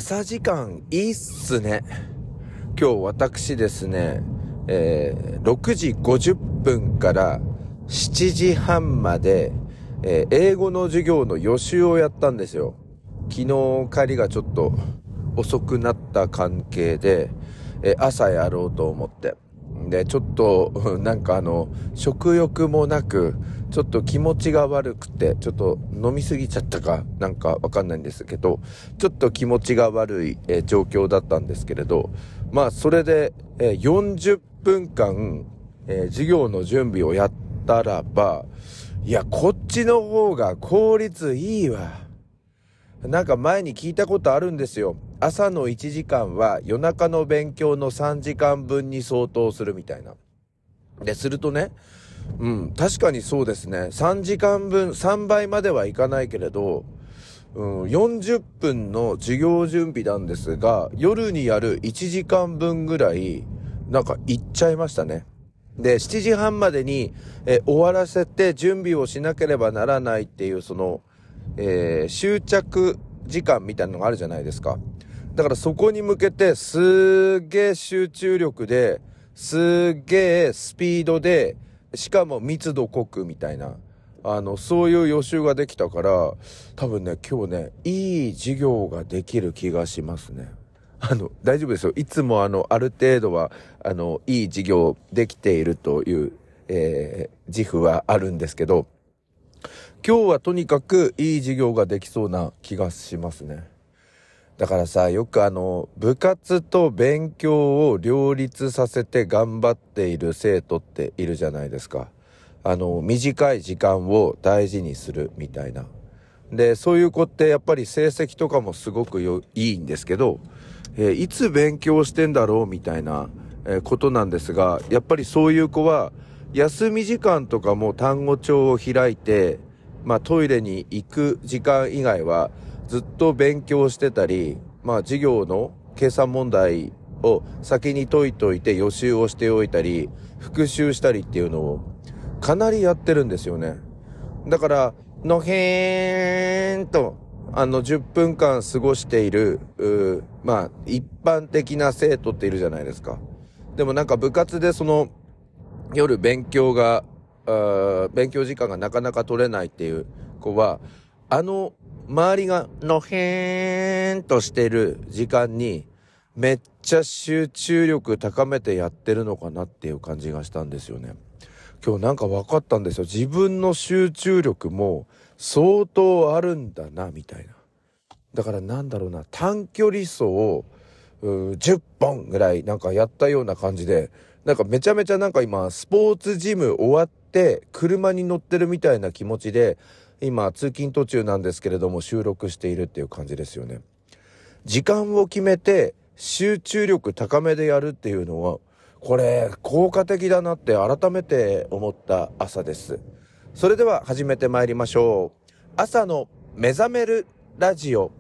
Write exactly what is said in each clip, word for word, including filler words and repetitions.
朝時間いいっすね。今日私ですね、えー、ろくじごじゅっぷんからしちじはんまで、えー、英語の授業の予習をやったんですよ。昨日帰りがちょっと遅くなった関係で、えー、朝やろうと思ってでちょっとなんかあの食欲もなくちょっと気持ちが悪くてちょっと飲みすぎちゃったかなんかわかんないんですけど、ちょっと気持ちが悪い、えー、状況だったんですけれど、まあそれで、えー、よんじゅっぷんかん、えー、授業の準備をやったらば、いやこっちの方が効率いいわ。なんか前に聞いたことあるんですよ。朝のいちじかんは夜中の勉強のさんじかんぶんに相当するみたいな。で、するとね、うん、確かにそうですね。さんじかんぶん、さんばいまではいかないけれど、うん、よんじゅっぷんの授業準備なんですが、夜にやるいちじかんぶんぐらい、なんかいっちゃいましたね。で、しちじはんまでにえ終わらせて準備をしなければならないっていう、その、えー、終着時間みたいなのがあるじゃないですか。だからそこに向けてすーげー集中力ですーげースピードで、しかも密度濃くみたいな、あのそういう予習ができたから、多分ね今日ねいい授業ができる気がしますね。あの大丈夫ですよ。いつもあのある程度はあのいい授業できているという、えー、自負はあるんですけど、今日はとにかくいい授業ができそうな気がしますね。だからさ、よくあの部活と勉強を両立させて頑張っている生徒っているじゃないですか。あの短い時間を大事にするみたいな。で、そういう子ってやっぱり成績とかもすごくよいいんですけど、えーいつ勉強してんだろうみたいな、えーことなんですが、やっぱりそういう子は休み時間とかも単語帳を開いて、まあトイレに行く時間以外はずっと勉強してたり、まあ授業の計算問題を先に解いといて予習をしておいたり、復習したりっていうのをかなりやってるんですよね。だから、のへーんと、あのじゅっぷんかん過ごしている、うまあ一般的な生徒っているじゃないですか。でもなんか部活でその夜勉強が、あ勉強時間がなかなか取れないっていう子は、あの周りがのへーんとしてる時間にめっちゃ集中力高めてやってるのかなっていう感じがしたんですよね。今日なんか分かったんですよ。自分の集中力も相当あるんだなみたいな。だからなんだろうな、短距離走をじゅっぽんぐらいなんかやったような感じで、なんかめちゃめちゃなんか今スポーツジム終わって車に乗ってるみたいな気持ちで今通勤途中なんですけれども収録しているっていう感じですよね。時間を決めて集中力高めでやるっていうのはこれ効果的だなって改めて思った朝です。それでは始めてまいりましょう。朝の目覚めるラジオ。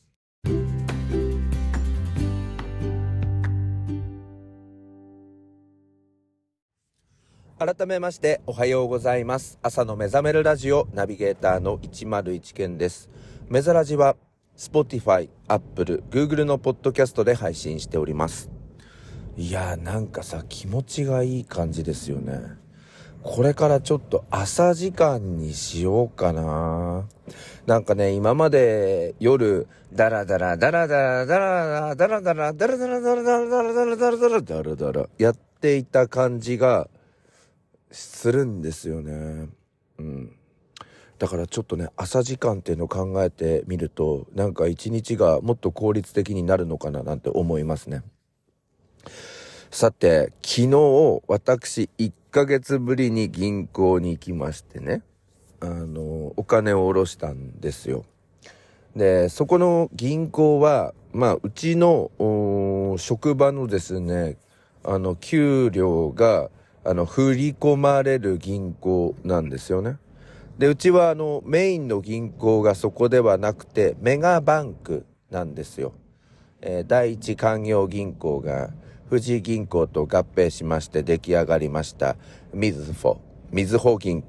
改めましておはようございます。朝の目覚めるラジオナビゲーターのいちまるいちけんです。メザラジは Spotify、Apple、Google のポッドキャストで配信しております。いやーなんかさ気持ちがいい感じですよね。これからちょっと朝時間にしようかな。なんかね今まで夜ダラダラダラダラダラダラダラダラダラダラダラダラダラダラダラダラダラやっていた感じがするんですよね。うん。だからちょっとね朝時間っていうのを考えてみるとなんか一日がもっと効率的になるのかななんて思いますね。さて昨日私いっかげつぶりに銀行に行きましてね、あのお金を下ろしたんですよ。でそこの銀行はまあうちの職場のですねあの給料があの振り込まれる銀行なんですよね。でうちはあのメインの銀行がそこではなくてメガバンクなんですよ。えー、第一勧業銀行が富士銀行と合併しまして出来上がりましたみずほみずほ銀行、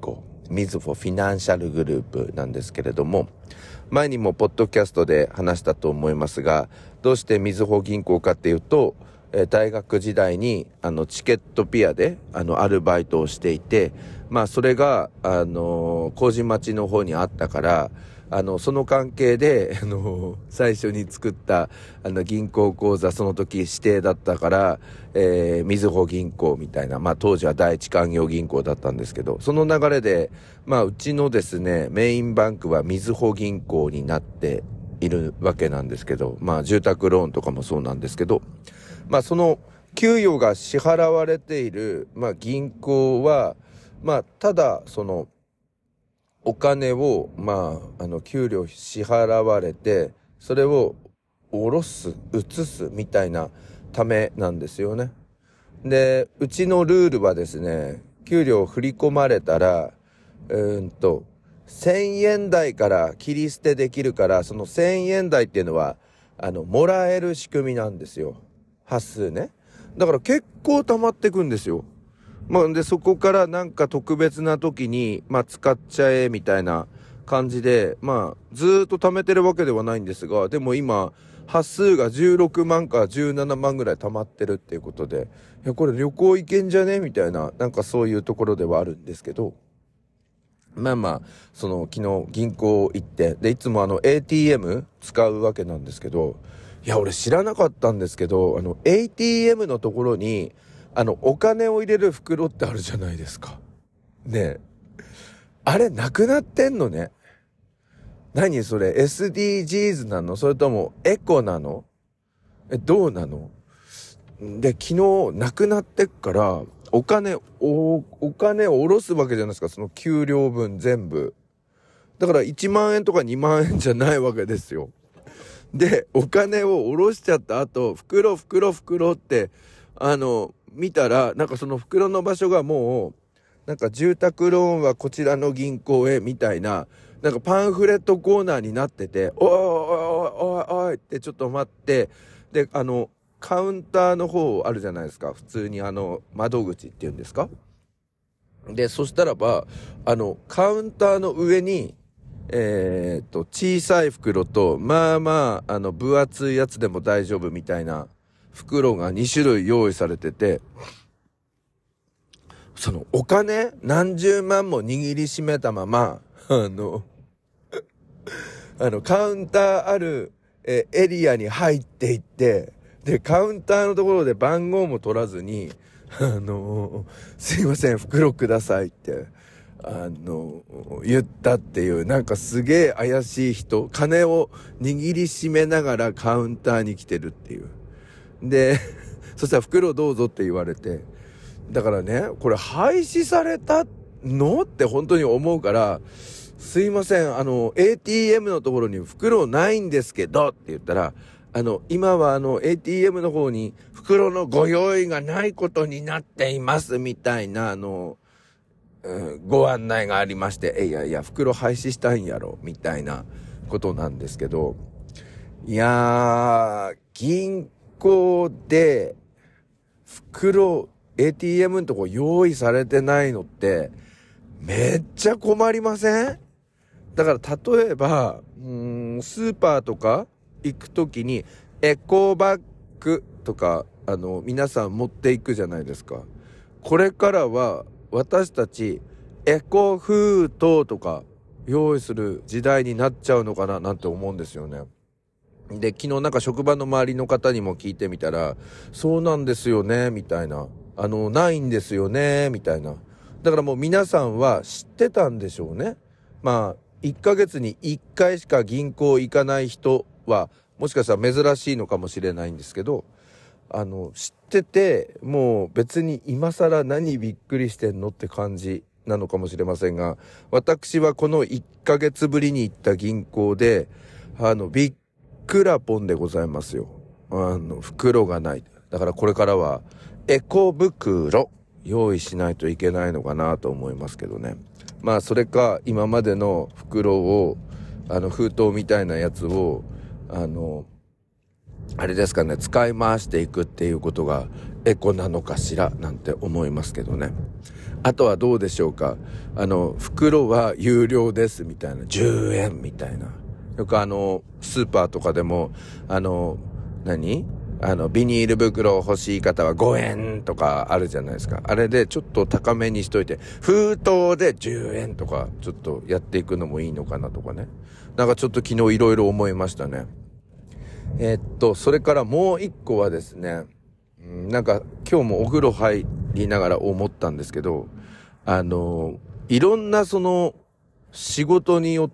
みずほフィナンシャルグループなんですけれども、前にもポッドキャストで話したと思いますが、どうしてみずほ銀行かっていうと、えー、大学時代にあのチケットピアであのアルバイトをしていて、まあそれがあの麹町の方にあったから、あのその関係であの最初に作ったあの銀行口座、その時指定だったから、えー、みずほ銀行みたいな、まあ当時は第一勧業銀行だったんですけど、その流れでまあうちのですねメインバンクはみずほ銀行になっているわけなんですけど、まあ住宅ローンとかもそうなんですけど、まあその給与が支払われているまあ銀行はまあただそのお金を、まあ、あの、給料支払われて、それを下ろす、移すみたいなためなんですよね。で、うちのルールはですね、給料振り込まれたら、うーんと、せんえん台から切り捨てできるから、そのせんえん台っていうのは、あの、もらえる仕組みなんですよ。端数ね。だから結構溜まってくんですよ。まあ、で、そこからなんか特別な時に、まあ、使っちゃえ、みたいな感じで、まあ、ずーっと貯めてるわけではないんですが、でも今、端数がじゅうろくまんかじゅうななまんぐらい溜まってるっていうことで、いや、これ旅行行けんじゃねみたいな、なんかそういうところではあるんですけど、まあまあ、その、昨日銀行行って、で、いつもあの、エーティーエム 使うわけなんですけど、いや、俺知らなかったんですけど、あの、エーティーエム のところに、あの、お金を入れる袋ってあるじゃないですか。ねえ。あれ、なくなってんのね。何それ エスディージーズ なの？それともエコなの？え、どうなの？で、昨日なくなってっから、お金、お、お金を下ろすわけじゃないですか。その給料分全部。だからいちまんえんとかにまんえんじゃないわけですよ。で、お金を下ろしちゃった後、袋、袋、袋って、あの、見たら、なんかその袋の場所がもう、なんか住宅ローンはこちらの銀行へ、みたいな、なんかパンフレットコーナーになってて、おいおいおいおいおいってちょっと待って、で、あの、カウンターの方あるじゃないですか。普通にあの、窓口っていうんですか？で、そしたらば、あの、カウンターの上に、えーっと、小さい袋と、まあまあ、あの、分厚いやつでも大丈夫みたいな袋がに種類用意されてて、そのお金何十万も握りしめたまま、あの、あの、カウンターあるえエリアに入っていって、で、カウンターのところで番号も取らずに、あの、すいません、袋くださいって、あの、言ったっていう、なんかすげえ怪しい人、金を握りしめながらカウンターに来てるっていう。で、そしたら袋どうぞって言われて、だからね、これ廃止されたのって本当に思うから、すいません、あの、エーティーエム のところに袋ないんですけどって言ったら、あの、今はあの、エーティーエム の方に袋のご用意がないことになっていますみたいな、あの、うん、ご案内がありまして、いやいや、袋廃止したいんやろ、みたいなことなんですけど、いやー、銀行で袋、エーティーエム のとこ用意されてないのって、めっちゃ困りません？だから例えば、うーん、スーパーとか行くときに、エコバッグとか、あの、皆さん持っていくじゃないですか。これからは、私たち、エコ封筒とか用意する時代になっちゃうのかななんて思うんですよね。で、昨日なんか職場の周りの方にも聞いてみたら、そうなんですよね、みたいな。あの、ないんですよね、みたいな。だからもう皆さんは知ってたんでしょうね。まあ、いっかげつにいっかいしか銀行行かない人は、もしかしたら珍しいのかもしれないんですけど、あの、知ってて、もう別に今更何びっくりしてんのって感じなのかもしれませんが、私はこのいっかげつぶりに行った銀行で、あの、びっくらポンでございますよ。あの、袋がない。だからこれからは、エコ袋、用意しないといけないのかなと思いますけどね。まあそれか今までの袋をあの封筒みたいなやつをあのあれですかね、使い回していくっていうことがエコなのかしらなんて思いますけどね。 あとはどうでしょうか。あの、袋は有料ですみたいな。じゅうえんみたいな。よくあの、スーパーとかでも、あの、何あの、ビニール袋欲しい方はごえんとかあるじゃないですか。あれでちょっと高めにしといて、封筒でじゅうえんとか、ちょっとやっていくのもいいのかなとかね。なんかちょっと昨日いろいろ思いましたね。えー、っと、それからもう一個はですね、なんか今日もお風呂入りながら思ったんですけど、あの、いろんなその仕事によって、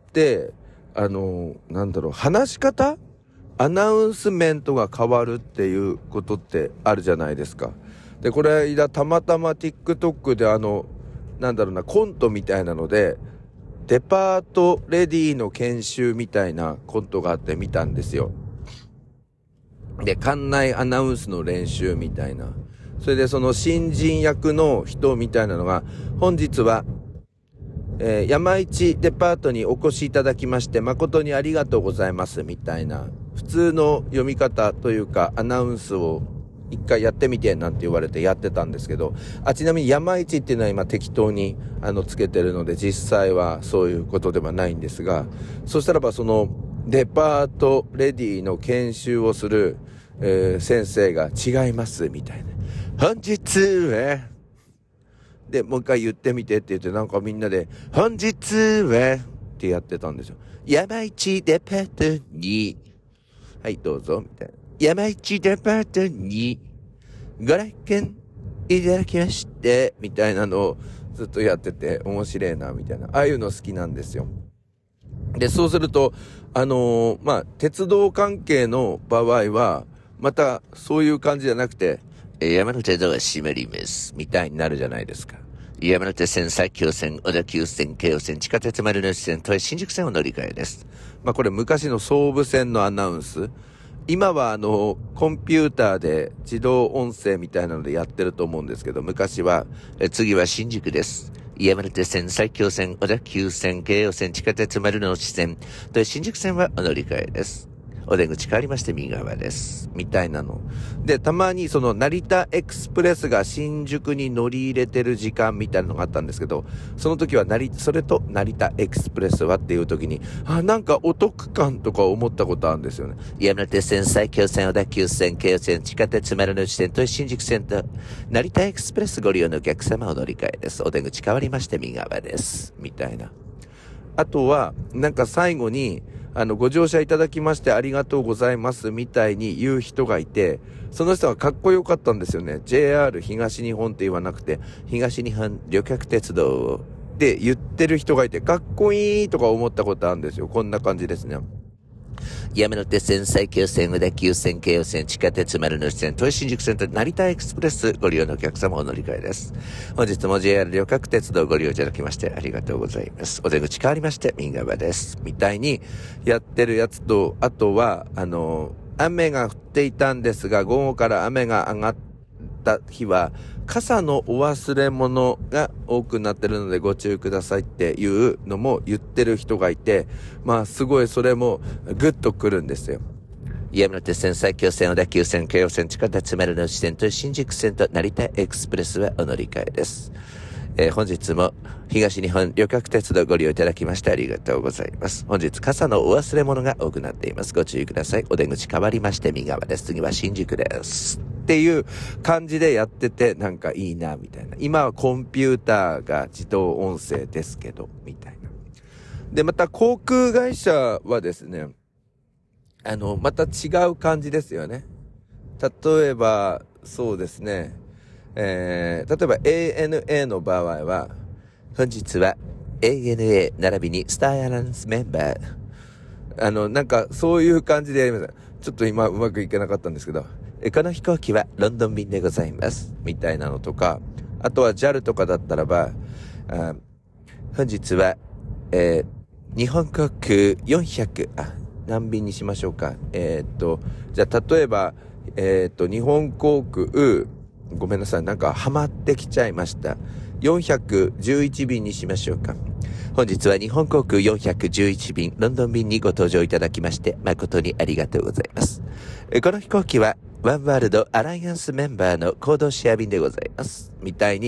あの、なんだろう、話し方？アナウンスメントが変わるっていうことってあるじゃないですか。で、これ間たまたま TikTok であの、なんだろうな、コントみたいなので、デパートレディの研修みたいなコントがあって見たんですよ。で、館内アナウンスの練習みたいな。それでその新人役の人みたいなのが、本日は、えー、山一デパートにお越しいただきまして誠にありがとうございますみたいな、普通の読み方というかアナウンスを一回やってみてなんて言われてやってたんですけど、あ、ちなみに山一っていうのは今適当にあのつけてるので実際はそういうことではないんですが、そしたらばそのデパートレディの研修をする、えー、先生が違いますみたいな、本日はでもう一回言ってみてって言って、なんかみんなで本日はってやってたんですよ。山一デパートに、はいどうぞみたいな、山一デパートにご来店いただきましてみたいなのをずっとやってて面白いなみたいな、ああいうの好きなんですよ。で、そうするとあのー、まあ鉄道関係の場合はまたそういう感じじゃなくて、山手ドア閉まりますみたいになるじゃないですか。山手線、埼京線、小田急線、京王線、地下鉄丸の内線、都営新宿線を乗り換えです。まあこれ昔の総武線のアナウンス。今はあのコンピューターで自動音声みたいなのでやってると思うんですけど、昔はえ次は新宿です。山手線、埼京線、小田急線、京王線、地下鉄丸の内線、都営新宿線はお乗り換えです。お出口変わりまして右側です。みたいなの。で、たまにその成田エクスプレスが新宿に乗り入れてる時間みたいなのがあったんですけど、その時は成、それと成田エクスプレスはっていう時に、あ、なんかお得感とか思ったことあるんですよね。山手線、埼京線、小田急線、京王線、地下鉄丸の内線、都営新宿線と成田エクスプレスご利用のお客様お乗り換えです。お出口変わりまして右側です。みたいな。あとは、なんか最後に、あの、ご乗車いただきましてありがとうございますみたいに言う人がいて、その人はかっこよかったんですよね。ジェイアール 東日本って言わなくて、東日本旅客鉄道って言ってる人がいて、かっこいいとか思ったことあるんですよ。こんな感じですね。山手線、埼京線、小田急線、京王線、地下鉄丸の内線、都営新宿線と成田エクスプレスご利用のお客様お乗り換えです。本日も ジェイアール 旅客鉄道ご利用いただきましてありがとうございます。お出口変わりまして右側です。みたいにやってるやつと、あとは、あの、雨が降っていたんですが、午後から雨が上がった日は、傘のお忘れ物が多くなってるのでご注意くださいっていうのも言ってる人がいて、まあすごいそれもグッとくるんですよ。山手線、埼京線、小田急線、京王線、地下鉄丸の内線と新宿線と成田エクスプレスはお乗り換えです。えー、本日も東日本旅客鉄道ご利用いただきましてありがとうございます。本日傘のお忘れ物が多くなっています。ご注意ください。お出口変わりまして右側です。次は新宿です。っていう感じでやっててなんかいいなみたいな。今はコンピューターが自動音声ですけどみたいな。でまた航空会社はですね、あのまた違う感じですよね。例えばそうですね、えー、例えば エーエヌエー の場合は本日は エーエヌエー 並びにスターアランスメンバー、あのなんかそういう感じでやります。ちょっと今うまくいけなかったんですけど、この飛行機はロンドン便でございますみたいなのとか、あとは ジャル とかだったらば、あ本日は、えー、日本航空よんひゃく、あ、何便にしましょうか。えー、っと、じゃあ例えば、えー、っと、日本航空、ごめんなさい、なんかハマってきちゃいました。よんひゃくじゅういち便にしましょうか。本日は日本航空よんひゃくじゅういち便、ロンドン便にご搭乗いただきまして誠にありがとうございます。この飛行機はワンワールドアライアンスメンバーの行動シェア便でございます。みたいに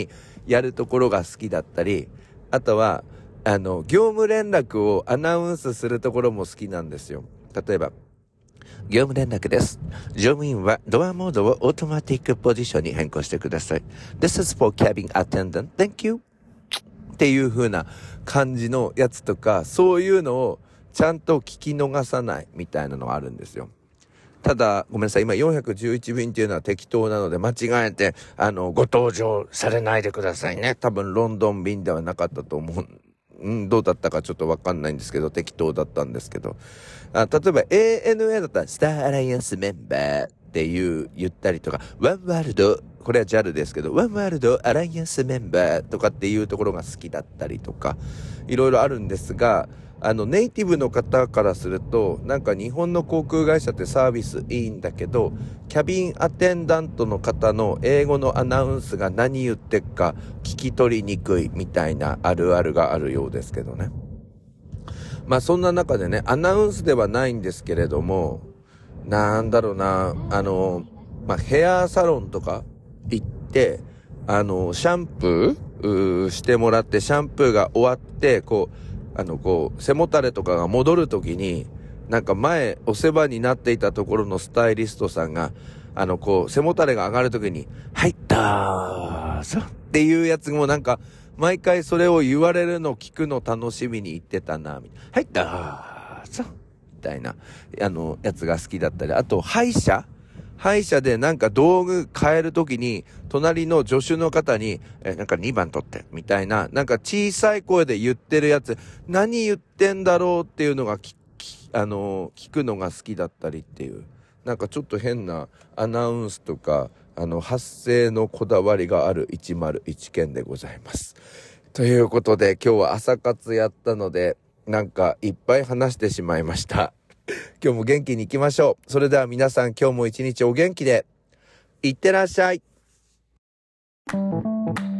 やるところが好きだったり、あとは、あの、業務連絡をアナウンスするところも好きなんですよ。例えば、業務連絡です。乗務員はドアモードをオートマティックポジションに変更してください。This is for cabin attendant. Thank you. っていう風な感じのやつとか、そういうのをちゃんと聞き逃さないみたいなのがあるんですよ。ただ、ごめんなさい。今よんひゃくじゅういち便っていうのは適当なので間違えて、あの、ご搭乗されないでくださいね。多分ロンドン便ではなかったと思う。うん、どうだったかちょっとわかんないんですけど、適当だったんですけど。あ、例えば エーエヌエー だったら、スターアライアンスメンバーっていう、言ったりとか、ワンワールド、これは ジャル ですけど、ワンワールドアライアンスメンバーとかっていうところが好きだったりとか、いろいろあるんですが、あの、ネイティブの方からすると、なんか日本の航空会社ってサービスいいんだけど、キャビンアテンダントの方の英語のアナウンスが何言ってっか聞き取りにくいみたいなあるあるがあるようですけどね。まあそんな中でね、アナウンスではないんですけれども、なんだろうな、あの、まあヘアサロンとか行って、あの、シャンプーしてもらって、シャンプーが終わって、こう、あの、こう、背もたれとかが戻るときに、なんか前お世話になっていたところのスタイリストさんが、あの、こう、背もたれが上がるときに、はい、どうぞっていうやつもなんか、毎回それを言われるのを聞くの楽しみに言ってたな、みたいな。はい、どうぞみたいな、あの、やつが好きだったり、あと、歯医者歯医者でなんか道具変えるときに、隣の助手の方に、え、なんかにばん取って、みたいな、なんか小さい声で言ってるやつ、何言ってんだろうっていうのがき、きあの、聞くのが好きだったりっていう、なんかちょっと変なアナウンスとか、あの、発声のこだわりがあるいちまるいち件でございます。ということで、今日は朝活やったので、なんかいっぱい話してしまいました。今日も元気に行きましょう。それでは皆さん今日も一日お元気でいってらっしゃい。